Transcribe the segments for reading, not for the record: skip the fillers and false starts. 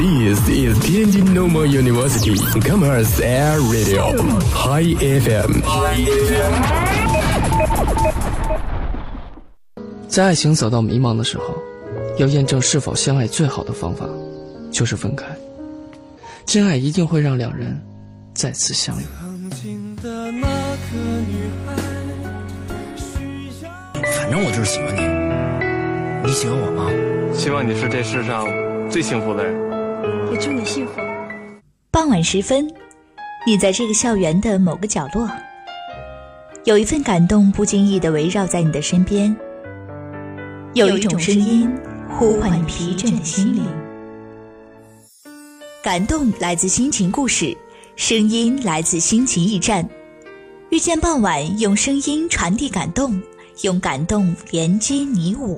This is Tianjin Normal University Commerce Air Radio High FM。 在爱情走到迷茫的时候，要验证是否相爱最好的方法就是分开。真爱一定会让两人再次相遇。 反正我就是喜欢你，你喜欢我吗？ 希望你是这世上最幸福的人。 也祝你幸福。 傍晚时分，你在这个校园的某个角落，有一份感动不经意地围绕在你的身边，有一种声音呼唤你疲倦的心灵。感动来自心情故事，声音来自心情驿站。遇见傍晚，用声音传递感动，用感动连接你我。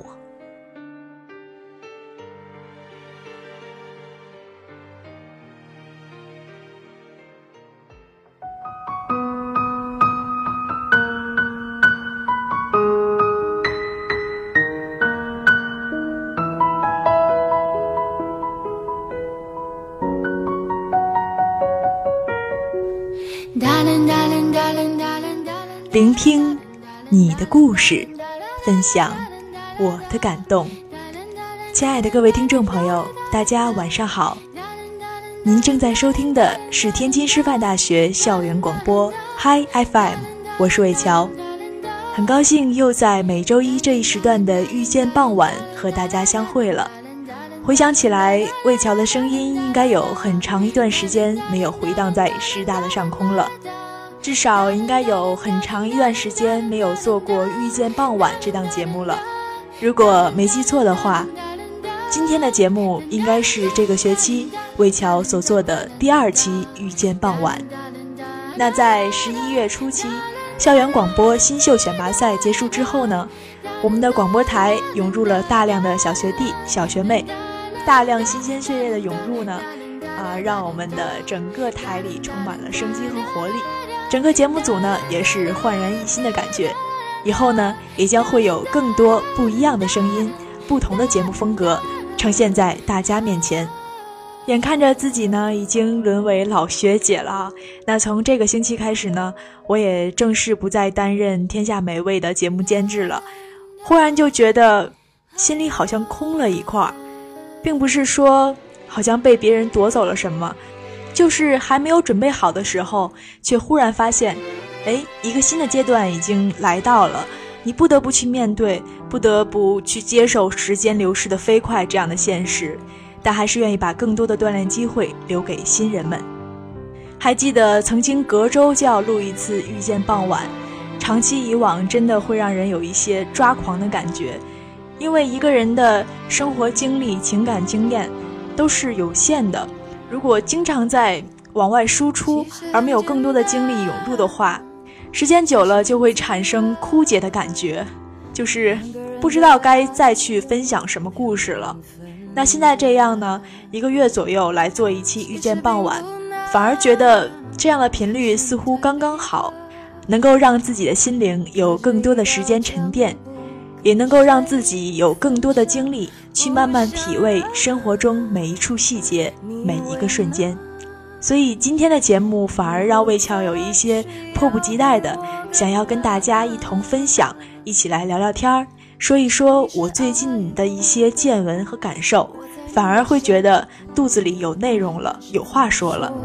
聆听你的故事，分享我的感动。亲爱的各位听众朋友，大家晚上好。您正在收听的是天津师范大学校园广播 Hi FM， 我是魏乔。很高兴又在每周一这一时段的遇见傍晚和大家相会了。回想起来，魏乔的声音应该有很长一段时间没有回荡在师大的上空了，至少应该有很长一段时间没有做过遇见傍晚这档节目了。如果没记错的话，今天的节目应该是这个学期魏乔所做的第2期遇见傍晚。那在11月初期，校园广播新秀选拔赛结束之后呢，我们的广播台涌入了大量的小学弟小学妹，大量新鲜血液的涌入呢，让我们的整个台里充满了生机和活力。整个节目组呢也是焕然一新的感觉，以后呢也将会有更多不一样的声音，不同的节目风格呈现在大家面前。眼看着自己呢已经沦为老学姐了，那从这个星期开始呢，我也正式不再担任天下美味的节目监制了。忽然就觉得心里好像空了一块，并不是说好像被别人夺走了什么，就是还没有准备好的时候，却忽然发现，一个新的阶段已经来到了，你不得不去面对，不得不去接受时间流逝的飞快这样的现实，但还是愿意把更多的锻炼机会留给新人们。还记得曾经隔周就要录一次遇见傍晚，长期以往真的会让人有一些抓狂的感觉，因为一个人的生活经历、情感经验都是有限的，如果经常在往外输出，而没有更多的精力涌入的话，时间久了就会产生枯竭的感觉，就是不知道该再去分享什么故事了。那现在这样呢，1个月左右来做一期遇见傍晚，反而觉得这样的频率似乎刚刚好，能够让自己的心灵有更多的时间沉淀，也能够让自己有更多的精力去慢慢体味生活中每一处细节，每一个瞬间。所以今天的节目反而让魏乔有一些迫不及待的想要跟大家一同分享，一起来聊聊天，说一说我最近的一些见闻和感受，反而会觉得肚子里有内容了，有话说了。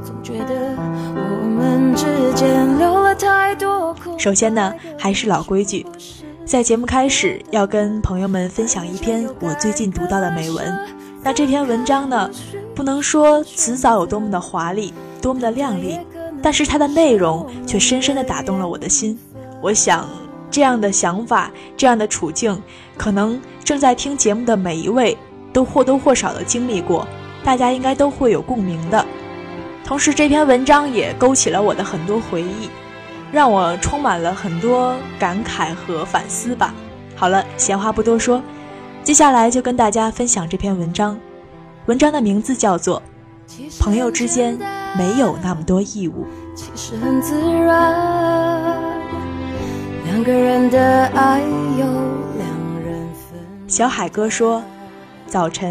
首先呢，还是老规矩，在节目开始要跟朋友们分享一篇我最近读到的美文。那这篇文章呢，不能说词藻有多么的华丽，多么的亮丽，但是它的内容却深深地打动了我的心。我想这样的想法，这样的处境，可能正在听节目的每一位都或多或少的经历过，大家应该都会有共鸣的。同时这篇文章也勾起了我的很多回忆，让我充满了很多感慨和反思吧。好了，闲话不多说，接下来就跟大家分享这篇文章。文章的名字叫做《朋友之间没有那么多义务》。 其实很自然，两个人的爱由两人分。 小海哥说，早晨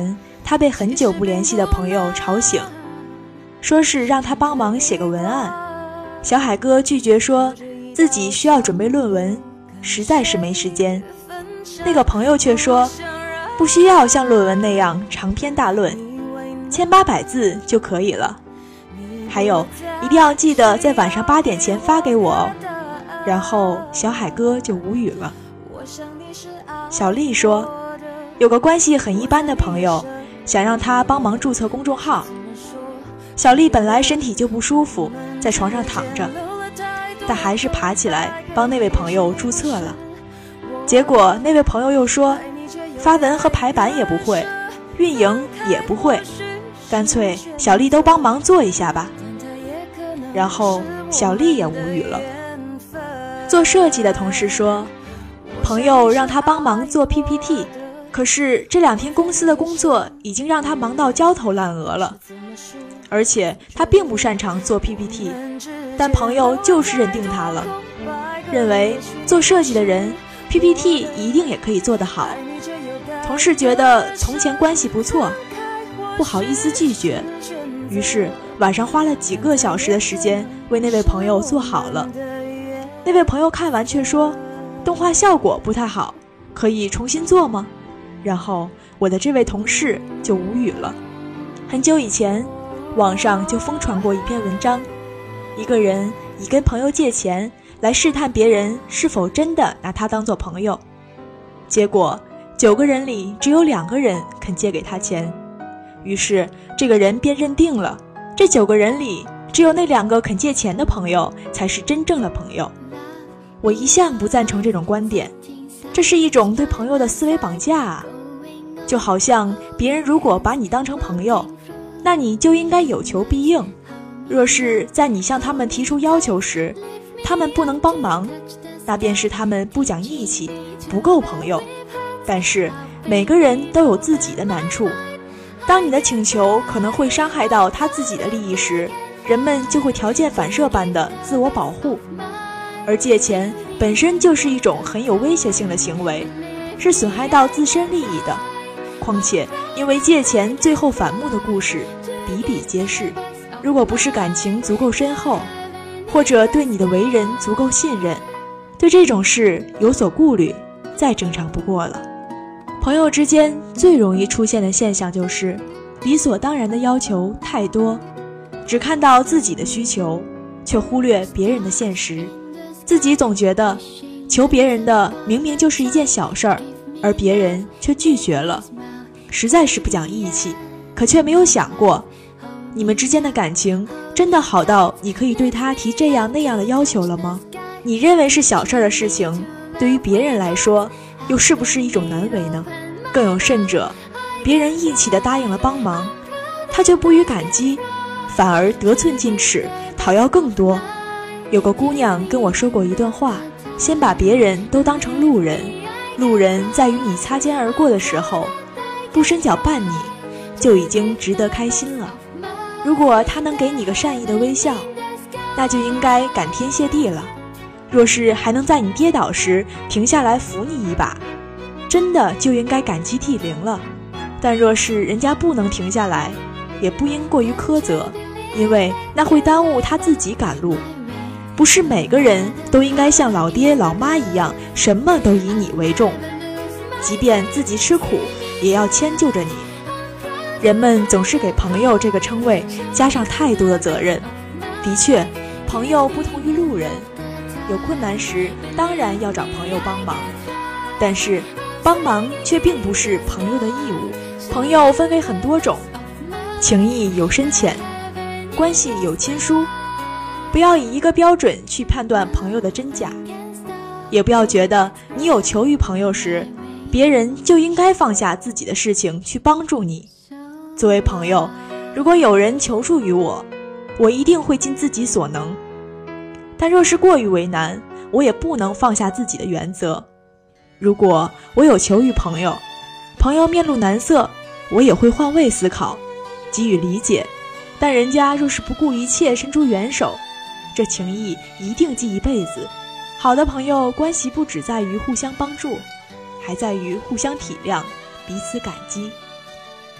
他被很久不联系的朋友吵醒，说是让他帮忙写个文案。小海哥拒绝说自己需要准备论文，实在是没时间。那个朋友却说不需要像论文那样长篇大论，1800字就可以了。还有一定要记得在晚上8点前发给我哦。然后小海哥就无语了。小丽说有个关系很一般的朋友想让他帮忙注册公众号。小丽本来身体就不舒服，在床上躺着，但还是爬起来帮那位朋友注册了。结果那位朋友又说发文和排版也不会，运营也不会，干脆小丽都帮忙做一下吧。然后小丽也无语了。做设计的同事说朋友让他帮忙做 PPT， 可是这2天公司的工作已经让他忙到焦头烂额了，而且他并不擅长做 PPT， 但朋友就是认定他了，认为做设计的人 PPT 一定也可以做得好。同事觉得从前关系不错，不好意思拒绝，于是晚上花了几个小时的时间为那位朋友做好了。那位朋友看完却说动画效果不太好，可以重新做吗？然后我的这位同事就无语了。很久以前网上就疯传过一篇文章，一个人以跟朋友借钱来试探别人是否真的拿他当作朋友，结果9个人里只有2个人肯借给他钱，于是这个人便认定了这9个人里只有那2个肯借钱的朋友才是真正的朋友。我一向不赞成这种观点，这是一种对朋友的思维绑架啊！就好像别人如果把你当成朋友，那你就应该有求必应。若是在你向他们提出要求时，他们不能帮忙，那便是他们不讲义气，不够朋友。但是每个人都有自己的难处，当你的请求可能会伤害到他自己的利益时，人们就会条件反射般的自我保护。而借钱本身就是一种很有威胁性的行为，是损害到自身利益的。况且因为借钱最后反目的故事比比皆是，如果不是感情足够深厚，或者对你的为人足够信任，对这种事有所顾虑，再正常不过了。朋友之间最容易出现的现象就是理所当然的要求太多，只看到自己的需求，却忽略别人的现实。自己总觉得求别人的明明就是一件小事儿，而别人却拒绝了，实在是不讲义气。可却没有想过，你们之间的感情真的好到你可以对他提这样那样的要求了吗？你认为是小事的事情，对于别人来说又是不是一种难为呢？更有甚者，别人义气地答应了帮忙，他却不予感激，反而得寸进尺，讨要更多。有个姑娘跟我说过一段话，先把别人都当成路人，路人在与你擦肩而过的时候不伸脚绊你，就已经值得开心了。如果他能给你个善意的微笑，那就应该感天谢地了。若是还能在你跌倒时停下来扶你一把，真的就应该感激涕零了。但若是人家不能停下来，也不应过于苛责，因为那会耽误他自己赶路。不是每个人都应该像老爹老妈一样，什么都以你为重，即便自己吃苦，也要迁就着你。人们总是给朋友这个称谓加上太多的责任。的确，朋友不同于路人，有困难时当然要找朋友帮忙，但是帮忙却并不是朋友的义务。朋友分为很多种，情谊有深浅，关系有亲疏。不要以一个标准去判断朋友的真假，也不要觉得你有求于朋友时，别人就应该放下自己的事情去帮助你。作为朋友，如果有人求助于我，我一定会尽自己所能，但若是过于为难，我也不能放下自己的原则。如果我有求于朋友，朋友面露难色，我也会换位思考，给予理解，但人家若是不顾一切伸出援手，这情谊一定记一辈子。好的朋友关系不只在于互相帮助，还在于互相体谅，彼此感激。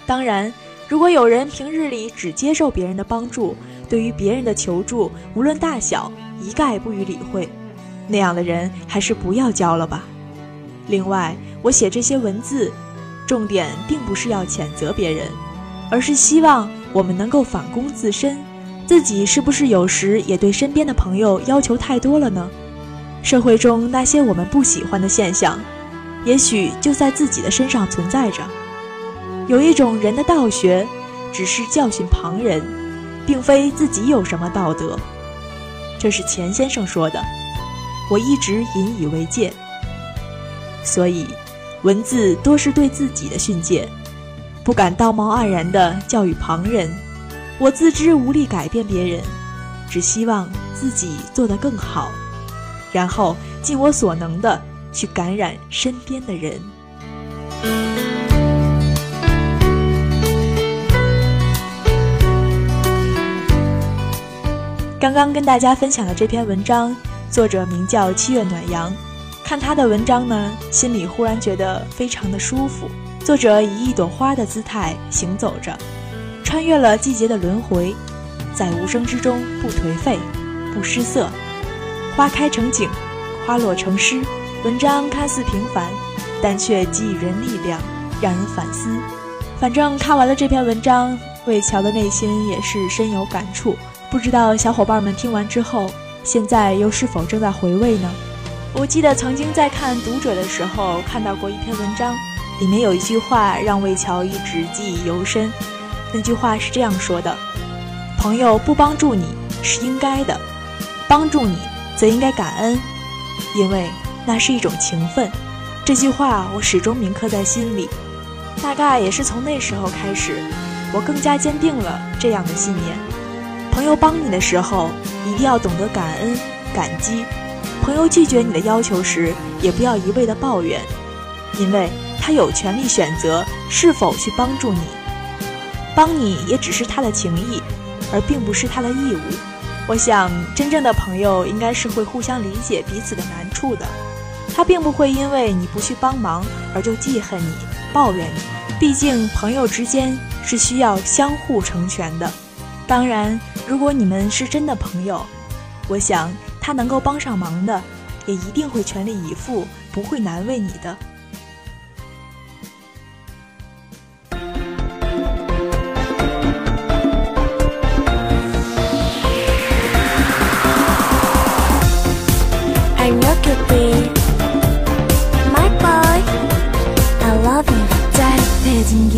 当然，如果有人平日里只接受别人的帮助，对于别人的求助无论大小一概不予理会，那样的人还是不要交了吧。另外，我写这些文字重点并不是要谴责别人，而是希望我们能够反躬自身，自己是不是有时也对身边的朋友要求太多了呢？社会中那些我们不喜欢的现象，也许就在自己的身上存在着。有一种人的道学，只是教训旁人，并非自己有什么道德。这是钱先生说的，我一直引以为戒。所以文字多是对自己的训诫，不敢道貌岸然地教育旁人。我自知无力改变别人，只希望自己做得更好，然后尽我所能地去感染身边的人。刚刚跟大家分享的这篇文章，作者名叫七月暖阳。看他的文章呢，心里忽然觉得非常的舒服。作者以一朵花的姿态行走着，穿越了季节的轮回，在无声之中不颓废，不失色。花开成景，花落成诗。文章看似平凡，但却给予人力量，让人反思。反正看完了这篇文章，魏乔的内心也是深有感触。不知道小伙伴们听完之后，现在又是否正在回味呢？我记得曾经在看《读者》的时候看到过一篇文章，里面有一句话让魏乔一直记忆犹深。那句话是这样说的：朋友不帮助你是应该的，帮助你则应该感恩，因为那是一种情分。这句话我始终铭刻在心里，大概也是从那时候开始，我更加坚定了这样的信念。朋友帮你的时候，一定要懂得感恩感激。朋友拒绝你的要求时，也不要一味的抱怨，因为他有权利选择是否去帮助你。帮你也只是他的情谊，而并不是他的义务。我想真正的朋友应该是会互相理解彼此的难处的，他并不会因为你不去帮忙而就记恨你抱怨你。毕竟朋友之间是需要相互成全的。当然如果你们是真的朋友，我想他能够帮上忙的，也一定会全力以赴，不会难为你的。 I'm your cupid, my boy. I love you. 짜릿해진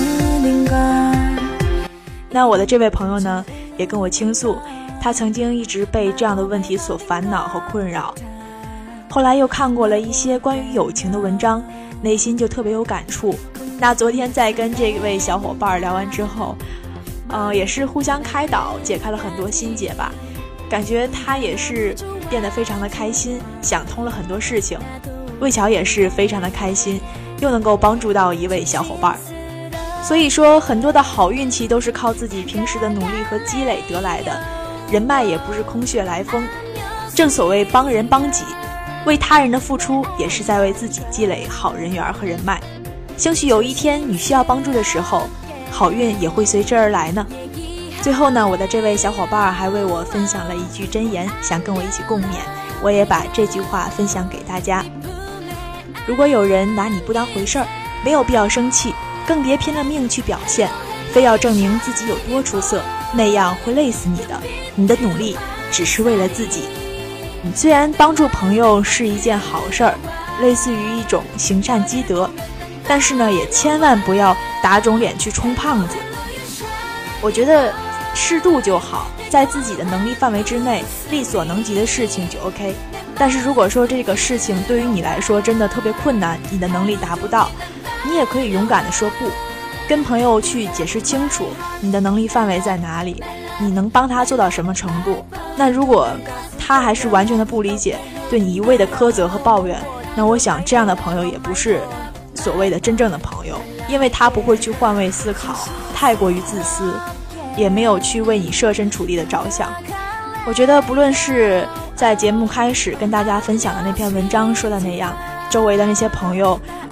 기분인걸. 那我的这位朋友呢，也跟我倾诉，他曾经一直被这样的问题所烦恼和困扰，后来又看过了一些关于友情的文章，内心就特别有感触。那昨天在跟这位小伙伴聊完之后，也是互相开导，解开了很多心结吧。感觉他也是变得非常的开心，想通了很多事情。魏乔也是非常的开心，又能够帮助到一位小伙伴。所以说很多的好运气都是靠自己平时的努力和积累得来的，人脉也不是空穴来风。正所谓帮人帮己，为他人的付出也是在为自己积累好人缘和人脉。兴许有一天你需要帮助的时候，好运也会随之而来呢。最后呢，我的这位小伙伴还为我分享了一句箴言，想跟我一起共勉，我也把这句话分享给大家。如果有人拿你不当回事儿，没有必要生气，更别拼了命去表现，非要证明自己有多出色，那样会累死你的。你的努力只是为了自己。虽然帮助朋友是一件好事儿，类似于一种行善积德，但是呢，也千万不要打肿脸去充胖子。我觉得适度就好，在自己的能力范围之内，力所能及的事情就 OK。但是如果说这个事情对于你来说真的特别困难，你的能力达不到，你也可以勇敢地说不，跟朋友去解释清楚你的能力范围在哪里，你能帮他做到什么程度。那如果他还是完全的不理解，对你一味的苛责和抱怨，那我想这样的朋友也不是所谓的真正的朋友，因为他不会去换位思考，太过于自私，也没有去为你设身处地的着想。我觉得不论是在节目开始跟大家分享的那篇文章说的那样，周围的那些朋友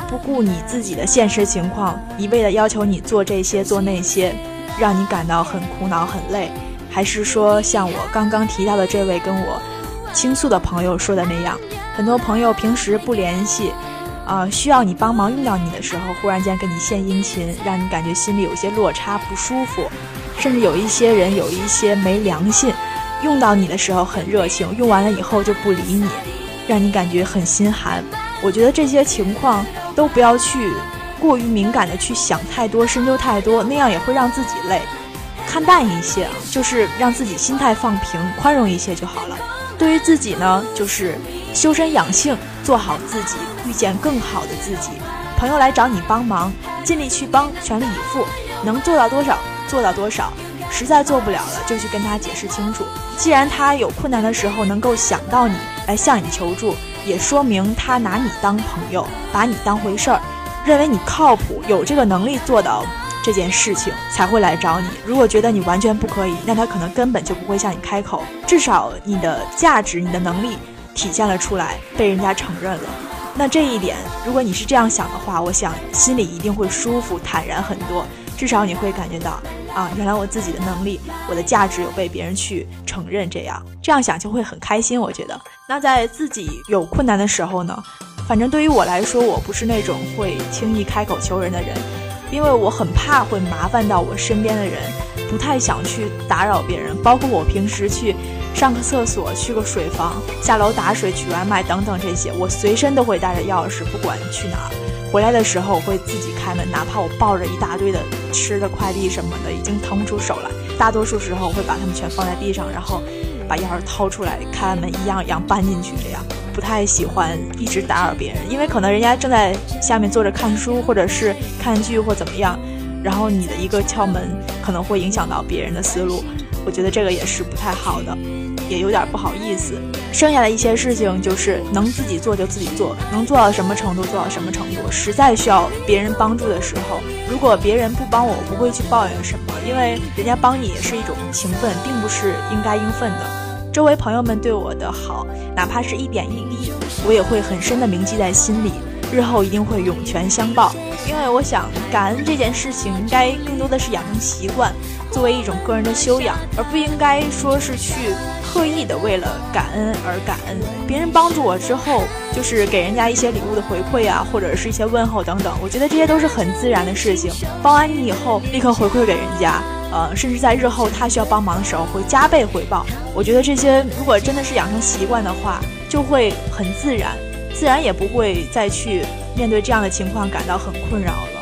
不顾你自己的现实情况，一味的要求你做这些做那些，让你感到很苦恼很累？还是说像我刚刚提到的这位跟我倾诉的朋友说的那样，很多朋友平时不联系需要你帮忙用到你的时候，忽然间跟你献殷勤，让你感觉心里有些落差不舒服。甚至有一些人有一些没良心，用到你的时候很热情，用完了以后就不理你，让你感觉很心寒。我觉得这些情况都不要去过于敏感的去想太多，深究太多，那样也会让自己累。看淡一些就是让自己心态放平，宽容一些就好了。对于自己呢，就是修身养性，做好自己，遇见更好的自己。朋友来找你帮忙，尽力去帮，全力以赴，能做到多少做到多少，实在做不了了就去跟他解释清楚。既然他有困难的时候能够想到你来向你求助，也说明他拿你当朋友，把你当回事儿，认为你靠谱，有这个能力做到这件事情才会来找你。如果觉得你完全不可以，那他可能根本就不会向你开口。至少你的价值，你的能力体现了出来，被人家承认了。那这一点，如果你是这样想的话，我想心里一定会舒服坦然很多。至少你会感觉到原来我自己的能力，我的价值有被别人去承认，这样想就会很开心。我觉得那在自己有困难的时候呢，反正对于我来说，我不是那种会轻易开口求人的人，因为我很怕会麻烦到我身边的人，不太想去打扰别人。包括我平时去上个厕所，去个水房，下楼打水，取外卖等等，这些我随身都会带着钥匙，不管去哪儿。回来的时候我会自己开门，哪怕我抱着一大堆的吃的快递什么的，已经腾不出手来，大多数时候我会把它们全放在地上，然后把钥匙掏出来，开完门一样一样搬进去。这样不太喜欢一直打扰别人，因为可能人家正在下面坐着看书，或者是看剧或怎么样，然后你的一个敲门可能会影响到别人的思路，我觉得这个也是不太好的，也有点不好意思。剩下的一些事情就是能自己做就自己做，能做到什么程度做到什么程度。实在需要别人帮助的时候，如果别人不帮我，我不会去抱怨什么，因为人家帮你也是一种情分，并不是应该应分的。周围朋友们对我的好，哪怕是一点一滴，我也会很深的铭记在心里，日后一定会涌泉相报。因为我想感恩这件事情应该更多的是养成习惯，作为一种个人的修养，而不应该说是去刻意的为了感恩而感恩。别人帮助我之后，就是给人家一些礼物的回馈或者是一些问候等等，我觉得这些都是很自然的事情。帮完你以后立刻回馈给人家，甚至在日后他需要帮忙的时候会加倍回报。我觉得这些如果真的是养成习惯的话，就会很自然，自然也不会再去面对这样的情况感到很困扰了。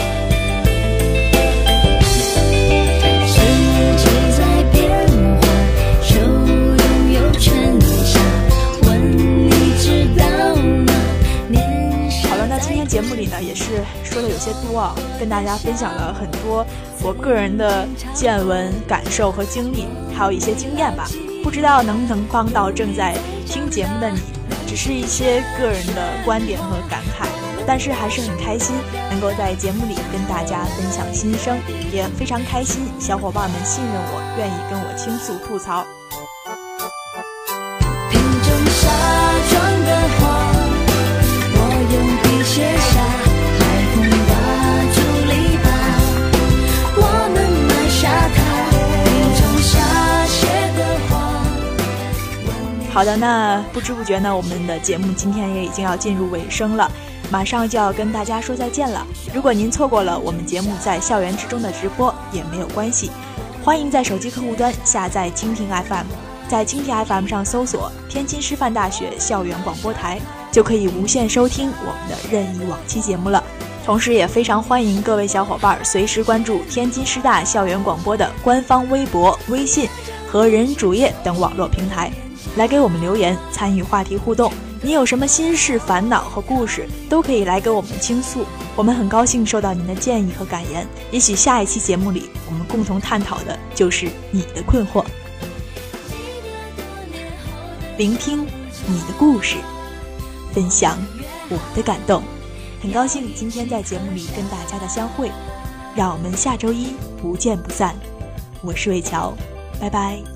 今天节目里呢，也是说的有些多跟大家分享了很多我个人的见闻、感受和经历，还有一些经验吧。不知道能不能帮到正在听节目的你，只是一些个人的观点和感慨，但是还是很开心能够在节目里跟大家分享心声，也非常开心小伙伴们信任我，愿意跟我倾诉吐槽。 瓶中沙装的花，我用笔写下海风打住篱笆，我们埋下它，瓶中下写的话。 好的，那不知不觉呢，我们的节目今天也已经要进入尾声了，马上就要跟大家说再见了。如果您错过了我们节目在校园之中的直播也没有关系，欢迎在手机客户端下载蜻蜓 FM， 在蜻蜓 FM 上搜索天津师范大学校园广播台，就可以无限收听我们的任意往期节目了。同时也非常欢迎各位小伙伴随时关注天津师大校园广播的官方微博、微信和人主页等网络平台，来给我们留言，参与话题互动。你有什么心事、烦恼和故事，都可以来跟我们倾诉，我们很高兴收到您的建议和感言。也许下一期节目里，我们共同探讨的就是你的困惑，聆听你的故事，分享我的感动。很高兴今天在节目里跟大家的相会，让我们下周一不见不散。我是魏乔，拜拜。